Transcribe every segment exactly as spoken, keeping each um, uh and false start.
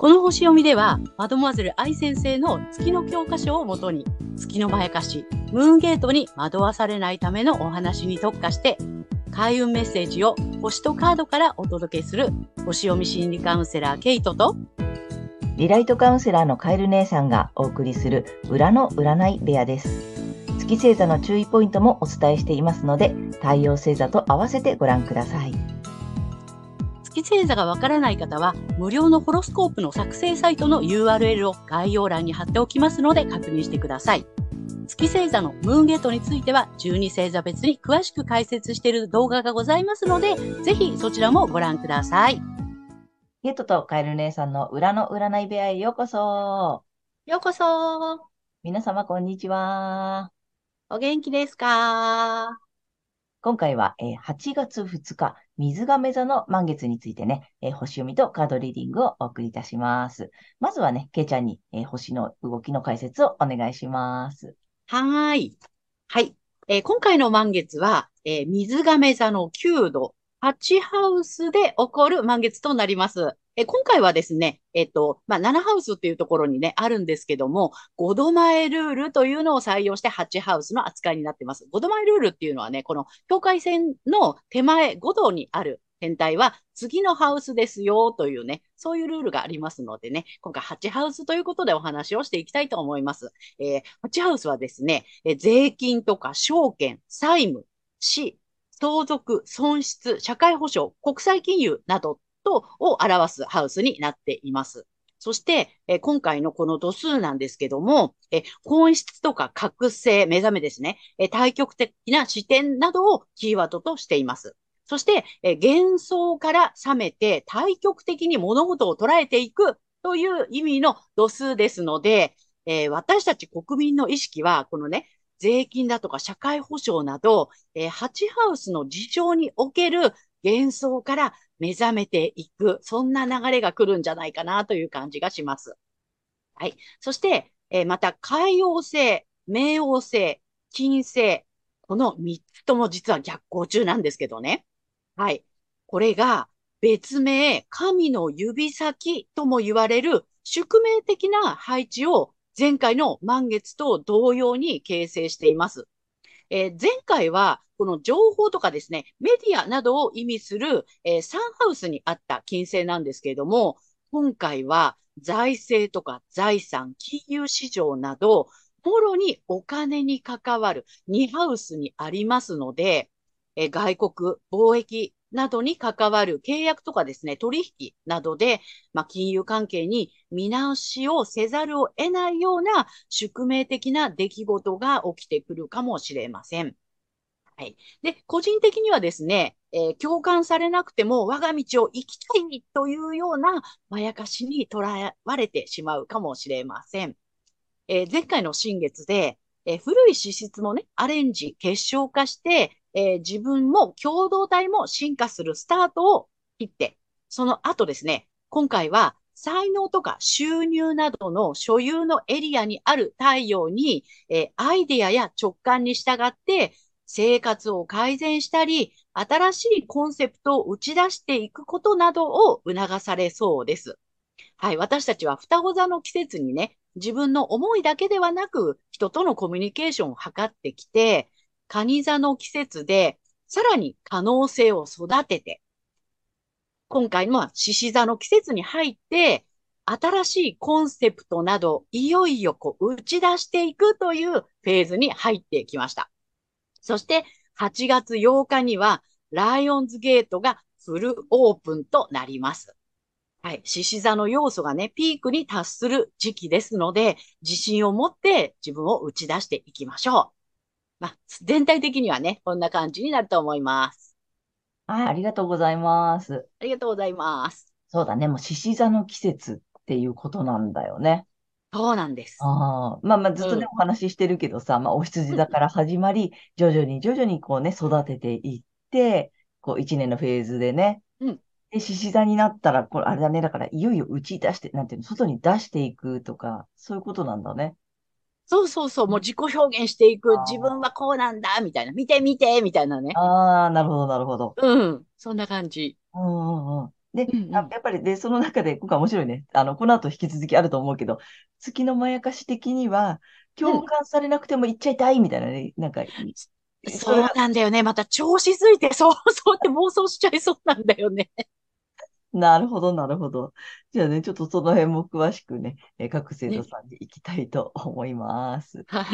この星読みでは、マドモアゼル愛先生の月の教科書をもとに、月のまやかし、ムーンゲートに惑わされないためのお話に特化して、開運メッセージを星とカードからお届けする、星読み心理カウンセラーケイトと、 リライトカウンセラーのカエル姉さんがお送りする裏の占い部屋です。月星座の注意ポイントもお伝えしていますので、太陽星座と合わせてご覧ください。 月星座がわからない方は、無料のホロスコープの作成サイトの ユーアールエル を概要欄に貼っておきますので確認してください。月星座のムーンゲートについては、じゅうに星座別に詳しく解説している動画がございますので、ぜひそちらもご覧ください。 ゲットとカエル姉さんの裏の占い部屋へようこそ。 ようこそ。 皆様こんにちは。 お元気ですか？ 今回は、えーはちがつふつか、水亀座の満月についてね、えー星読みとカードリーディングをお送りいたします。まずはね、ケイちゃんに、えー星の動きの解説をお願いします。 はーい。はい。えー今回の満月は、えー水亀座のきゅうど、はちハウスで起こる満月となります。えー今回はですね、えっと、まあ、ななハウスっていうところにね、あるんですけども、ごど前ルールというのを採用してはちハウスの扱いになっています。ごど前ルールっていうのはね、この境界線の手前ごどにある天体は次のハウスですよというね、そういうルールがありますのでね、今回はちハウスということでお話をしていきたいと思います。えー、はちハウスはですね、えー税金とか証券、債務、死、相続、損失、社会保障、国際金融などとを表すハウスになっています。そして、えー今回のこの度数なんですけども、えー本質とか覚醒、目覚めですね、えー対極的な視点などをキーワードとしています。そして、えー幻想から覚めて対極的に物事を捉えていくという意味の度数ですので、えー私たち国民の意識は、このね、税金だとか社会保障など、えー、ハチハウスの事象における幻想から目覚めていく、そんな流れが来るんじゃないかなという感じがします。はい。そして、えーまた、海王星、冥王星、金星、このみっつとも実は逆行中なんですけどね。はい。これが別名、神の指先とも言われる宿命的な配置を前回の満月と同様に形成しています。えー前回は、この情報とかですね、メディアなどを意味する、えーサンハウスにあった金星なんですけれども、今回は財政とか財産、金融市場など、もろにお金に関わるにハウスにありますので、えー外国、貿易などに関わる契約とかですね、取引などで、まあ、金融関係に見直しをせざるを得ないような宿命的な出来事が起きてくるかもしれません。はい。で、個人的にはですね、えー共感されなくても我が道を生きたいというようなまやかしにとらわれてしまうかもしれません。えー前回の新月で、えー古い資質もね、アレンジ、結晶化して、えー自分も共同体も進化するスタートを切って、その後ですね、今回は才能とか収入などの所有のエリアにある太陽に、えーアイデアや直感に従って生活を改善したり、新しいコンセプトを打ち出していくことなどを促されそうです。はい。私たちは双子座の季節にね、自分の思いだけではなく、人とのコミュニケーションを図ってきて、蟹座の季節で、さらに可能性を育てて、今回の獅子座の季節に入って、新しいコンセプトなど、いよいよこう打ち出していくというフェーズに入ってきました。そして、はちがつようかには、ライオンズゲートがフルオープンとなります。はい。獅子座の要素がね、ピークに達する時期ですので、自信を持って自分を打ち出していきましょう。まあ、全体的にはね、こんな感じになると思います。 はい、ありがとうございます。 ありがとうございます。 そうだね、もう獅子座の季節っていうことなんだよね。 そうなんです。 ああ、まあまあずっとね、 うん。 お話ししてるけどさ、まあお羊うん。 座から始まり、徐々に徐々にこうね、育てていって、こう一年のフェーズでね、 うん。 で、獅子座になったら、これあれだね、だからいよいよ打ち出して、なんていうの、外に出していくとか、そういうことなんだね。 そうそうそう。もう自己表現していく。自分あはこうなんだ。みたいな。見て見て。みたいなね。 あ、ああなるほど、なるほど。 うん。そんな感じ。 うんうんうん。 で、あ、 うんうん。 やっぱり、で、その中で、今回面白いね。あの、この後引き続きあると思うけど、月のまやかし的には、共うん。 感されなくても言っちゃいたいみたいなね、なんか、いそれそうが、 なんだよね。また調子づいて、そう、そうって妄想しちゃいそうなんだよね。 なるほど、なるほど。じゃあね、ちょっとその辺も詳しくね、えー各生徒ね。 さんに行きたいと思います。 はい。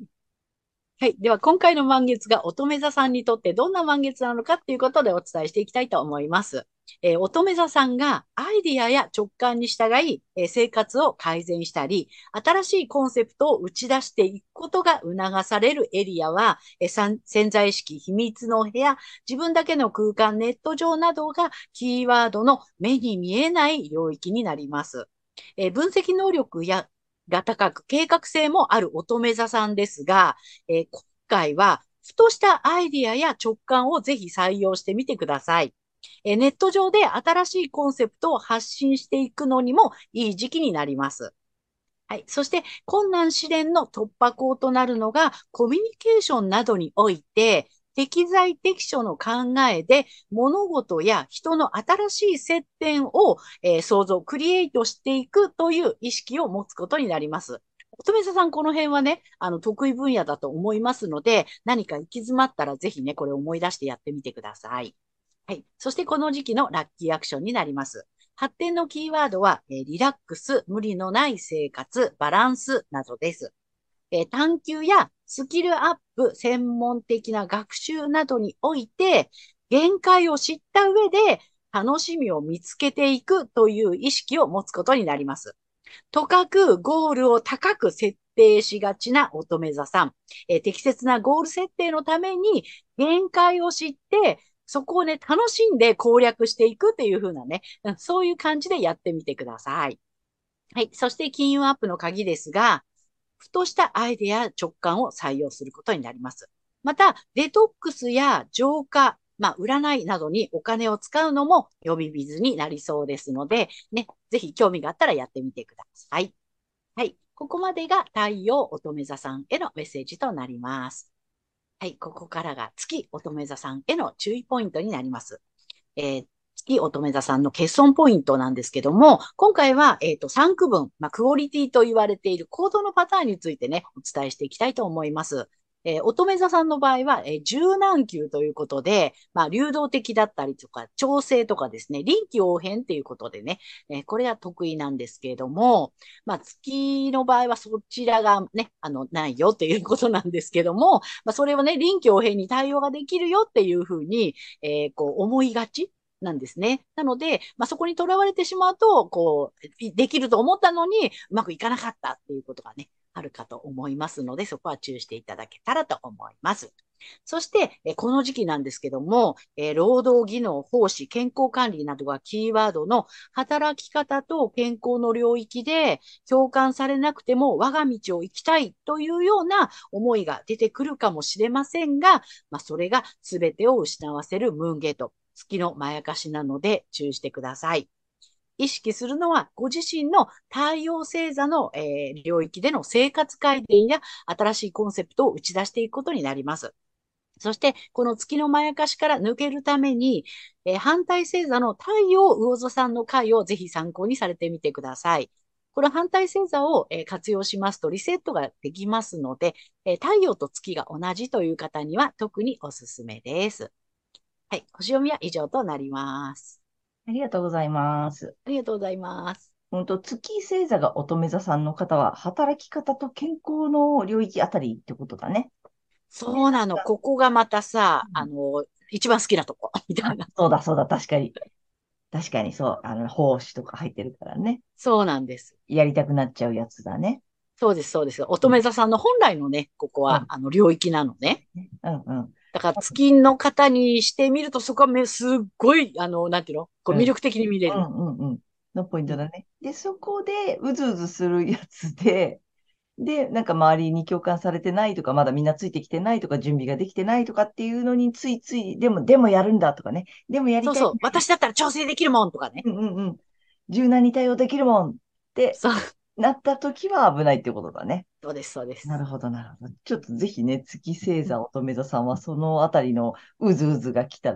はい。では、今回の満月が乙女座さんにとってどんな満月なのかっていうことでお伝えしていきたいと思います。えー乙女座さんがアイディアや直感に従い、えー生活を改善したり、新しいコンセプトを打ち出していくことが促されるエリアは、えーさん潜在意識、秘密の部屋、自分だけの空間、ネット上などがキーワードの目に見えない領域になります。えー分析能力やが高く、計画性もある乙女座さんですが、えー今回は、ふとしたアイディアや直感をぜひ採用してみてください。えーネット上で新しいコンセプトを発信していくのにもいい時期になります。はい。そして、困難試練の突破口となるのが、コミュニケーションなどにおいて、適材適所の考えで、物事や人の新しい接点を、えー想像、クリエイトしていくという意識を持つことになります。乙女座さん、この辺はね、あの、得意分野だと思いますので、何か行き詰まったら、ぜひね、これを思い出してやってみてください。はい。そしてこの時期のラッキーアクションになります。発展のキーワードは、えーリラックス、無理のない生活、バランスなどです。えー探求やスキルアップ、専門的な学習などにおいて、限界を知った上で楽しみを見つけていくという意識を持つことになります。とかくゴールを高く設定しがちな乙女座さん。えー適切なゴール設定のために限界を知って、そこをね、楽しんで攻略していくっていう風なね、そういう感じでやってみてください。はい。そして金運アップの鍵ですが、ふとしたアイデアや直感を採用することになります。また、デトックスや浄化、まあ、占いなどにお金を使うのも呼び水になりそうですので、ね、ぜひ興味があったらやってみてください。はい。ここまでが太陽乙女座さんへのメッセージとなります。はい。ここからが月乙女座さんへの注意ポイントになります。えー月乙女座さんの欠損ポイントなんですけども、今回は、えっと、さん区分、まあ、クオリティと言われている行動のパターンについてね、お伝えしていきたいと思います。えー乙女座さんの場合は、えー柔軟球ということで、まあ、流動的だったりとか、調整とかですね、臨機応変ということでね、えーこれが得意なんですけれども、まあ、月の場合はそちらがね、あの、ないよっていうことなんですけども、まあ、それをね、臨機応変に対応ができるよっていうふうに、えーこう、思いがちなんですね。なので、まあ、そこにとらわれてしまうと、こう、できると思ったのに、うまくいかなかったっていうことがね、あるかと思いますので、そこは注意していただけたらと思います。そして、えこの時期なんですけども、えー労働技能、奉仕、健康管理などがキーワードの働き方と健康の領域で共感されなくても我が道を行きたいというような思いが出てくるかもしれませんが、まあ、それが全てを失わせるムーンゲート、月のまやかしなので注意してください。意識するのは、ご自身の太陽星座の、えー領域での生活改善や新しいコンセプトを打ち出していくことになります。そして、この月のまやかしから抜けるために、えー反対星座の太陽魚座さんの回をぜひ参考にされてみてください。この反対星座を、えー活用しますとリセットができますので、えー太陽と月が同じという方には特におすすめです。はい。星読みは以上となります。 ありがとうございます。 ありがとうございます。 本当、月星座が乙女座さんの方は、働き方と健康の領域あたりってことだね。で、 そうなの。 なんか、 ここがまたさ、あうん、 の、一番好きなとこ、みたいあ、 な。 そうだ、そうだ、確かに。確かにそう。あの、奉仕とか入ってるからね。 そうなんです。 やりたくなっちゃうやつだね。 そうです、そうです。乙うん、 女座さんの本来のね、ここは、 うん、 あの、領域なのね。 うん、うん。 だから、月の方にしてみると、そこはめすっごい、あの、なんていうのこううん、 魅力的に見れる。 うん、うん、うん。のポインうん。 トだね。で、そこで、うずうずするやつで、で、なんか周りに共感されてないとか、まだみんなついてきてないとか、準備ができてないとかっていうのについつい、でも、でもやるんだとかね。でもやりたい。 そうそう。私だったら調整できるもんとかね。 うんうんうん。柔軟に対応できるもんってそう。 なった時は危ないってことだね。 そうです、そうです。 なるほど、なるほど。ちょっとぜひね、月星座乙女座さんはそのあたりのうずうずが来たら、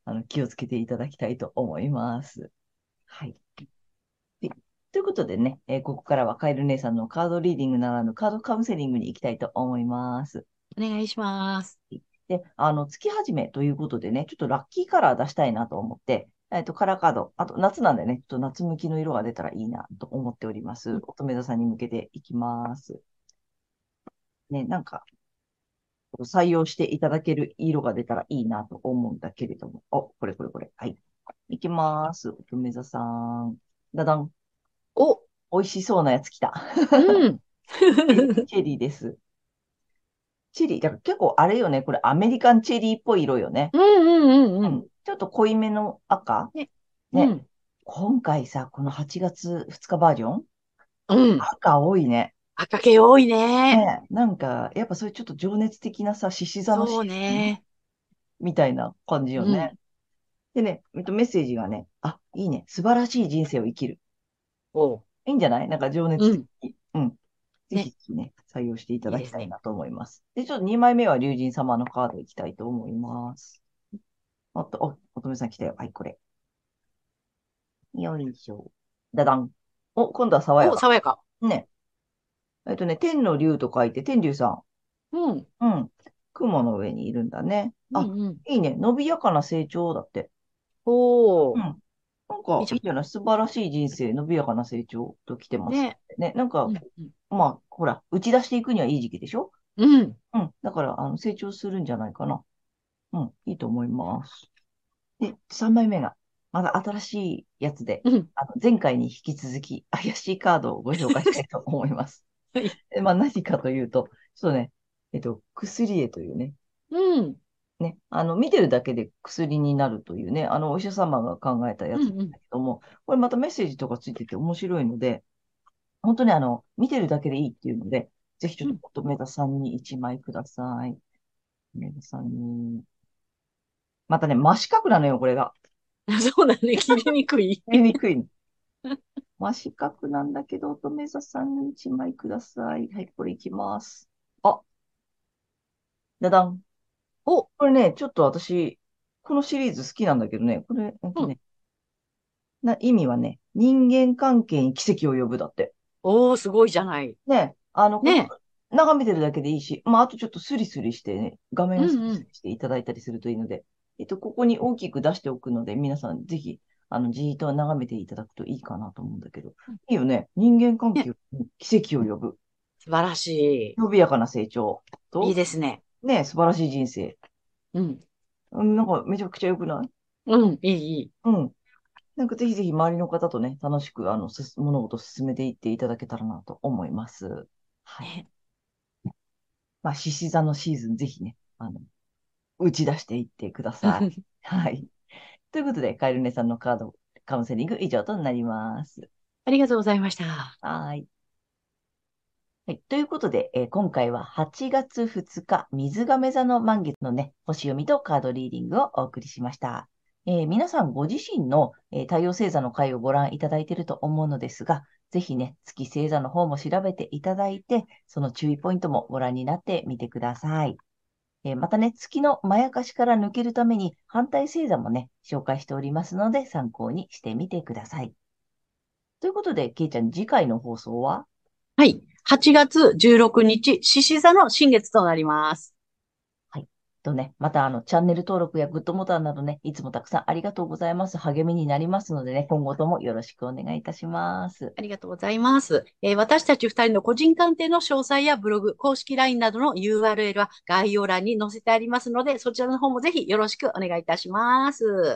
あの、気をつけていただきたいと思います。はい。でということでね、えーここからはカエル姉さんのカードリーディングならぬカードカウンセリングに行きたいと思います。 お願いします。 で、あの、月始めということでね、ちょっとラッキーカラー出したいなと思って、えっと、カラーカード、あと夏なんでね、ちょっと夏向きの色が出たらいいなと思っております。 うん、 乙女座さんに向けていきます。ね、なんか、採用していただける色が出たらいいなと思うんだけれども。お、これこれこれ。はい。いきます。乙女座さん。だだん。 お、 美味しそうなやつ来た。 うん。 チェリーチェリーです。チェリー。だから結構あれよね。これアメリカンチェリーっぽい色よね。 うんうんうんうん。 うん。ちょっと濃いめの赤。 ね。うね。 ん。 今回さ、このはちがつふつかバージョンうん。 赤多いね。 赤系多いね。 ね。なんか、やっぱそういうちょっと情熱的なさ、獅子座のシそうーズンね。 みたいな感じよね。 うん。 でね、えっと、メッセージがね、あ、いいね。素晴らしい人生を生きる。 おう。 いいんじゃないなんか情熱的うん。 に。うん。ぜひね。 ぜひね、採用していただいいですね。 きたいなと思います。で、ちょっとにまいめは龍神様のカードいきたいと思います。おっと、お、乙女さん来たよ。はい、これ。よいしょ。ダダン。お、今度は爽やお、 か。 爽やか。 ね。えっとね、天の龍と書いて、天龍さうん。 ん。うん。雲の上にいるんだね。あ、 うんうん。 いいね。伸びやかな成長だって。 おー。 うん。なんか、 いいじゃん。 いいじゃない。素晴らしい人生、伸びやかな成長と来てます。 ね。 ね。なんか、 うん。うん。 まあ、ほら、打ち出していくにはいい時期でしょ？ うん。 うん。だから、あの、成長するんじゃないかな。うん。いいと思います。で、さんまいめが、まだ新しいやつで、 うん。 あの、前回に引き続き、怪しいカードをご紹介したいと思います。 はい。 えまあ、何かというと、ちょっとね、えっと、薬絵というね、 うん。 ね、あの、見てるだけで薬になるというね、あの、お医者様が考えたやつなんうんうん。 だけども、これまたメッセージとかついてて面白いので、本当にあの、見てるだけでいいっていうので、ぜひちょっとうん。 乙女座さんにいちまいください。乙女座さんに。またね、真四角なのよ、これが。 そうだね。切りにくい。 見にくいの。真四角なんだけど、乙女座さんにいちまいください。はい、これいきます。あ、だだん。 お、 これね、ちょっと私、このシリーズ好きなんだけどね、これ、えっうん。 とね、な、意味はね、人間関係に奇跡を呼ぶだって。 おー、すごいじゃない。 ね、あの、この、 ね。 眺めてるだけでいいし、まあ、あとちょっとスリスリしてね、画面をスリうんうん。 スリしていただいたりするといいので、えっと、ここに大きく出しておくので、皆さんぜひ、あの、じーっと眺めていただくといいかなと思うんだけど、いいよね。人間関ね。 係に奇跡を呼ぶ。 素晴らし伸びやかな成長い。いいと、 ですね。 ね、素晴らしい人生。 うん。 うん、なんかめちゃくちゃ良くない？ うん。いい、いい。 うん。なんかぜひぜひ周りの方とね、楽しく、あの、すす物事を進めていっていただけたらなと思います。はい。 ね。 まあ、獅子座のシーズン、ぜひね、あの、打ち出していってください。はい。ということで、カエルネさんのカードカウンセリング以上となります。 ありがとうございました。 はい。はい。ということで、えー今回ははちがつふつか、水亀座の満月のね、星読みとカードリーディングをお送りしました。えー皆さんご自身の、えー太陽星座の回をご覧いただいていると思うのですが、ぜひね、月星座の方も調べていただいて、その注意ポイントもご覧になってみてください。えーまたね、月のまやかしから抜けるために反対星座もね、紹介しておりますので参考にしてみてください。ということで、けいちゃん、次回の放送は？ はい。はちがつじゅうろくにち、獅子座の新月となります。 はい。とね、またあの、チャンネル登録やグッドボタンなどね、いつもたくさんありがとうございます。励みになりますのでね、今後ともよろしくお願いいたします。 ありがとうございます。えー私たちふたりの個人鑑定の詳細やブログ、公式 ライン などの ユーアールエル は概要欄に載せてありますので、そちらの方もぜひよろしくお願いいたします。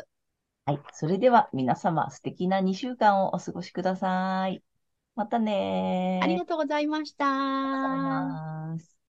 はい。それでは皆様、素敵なにしゅうかんをお過ごしください。またありねー。 がとうございましありがとうございた。 ます。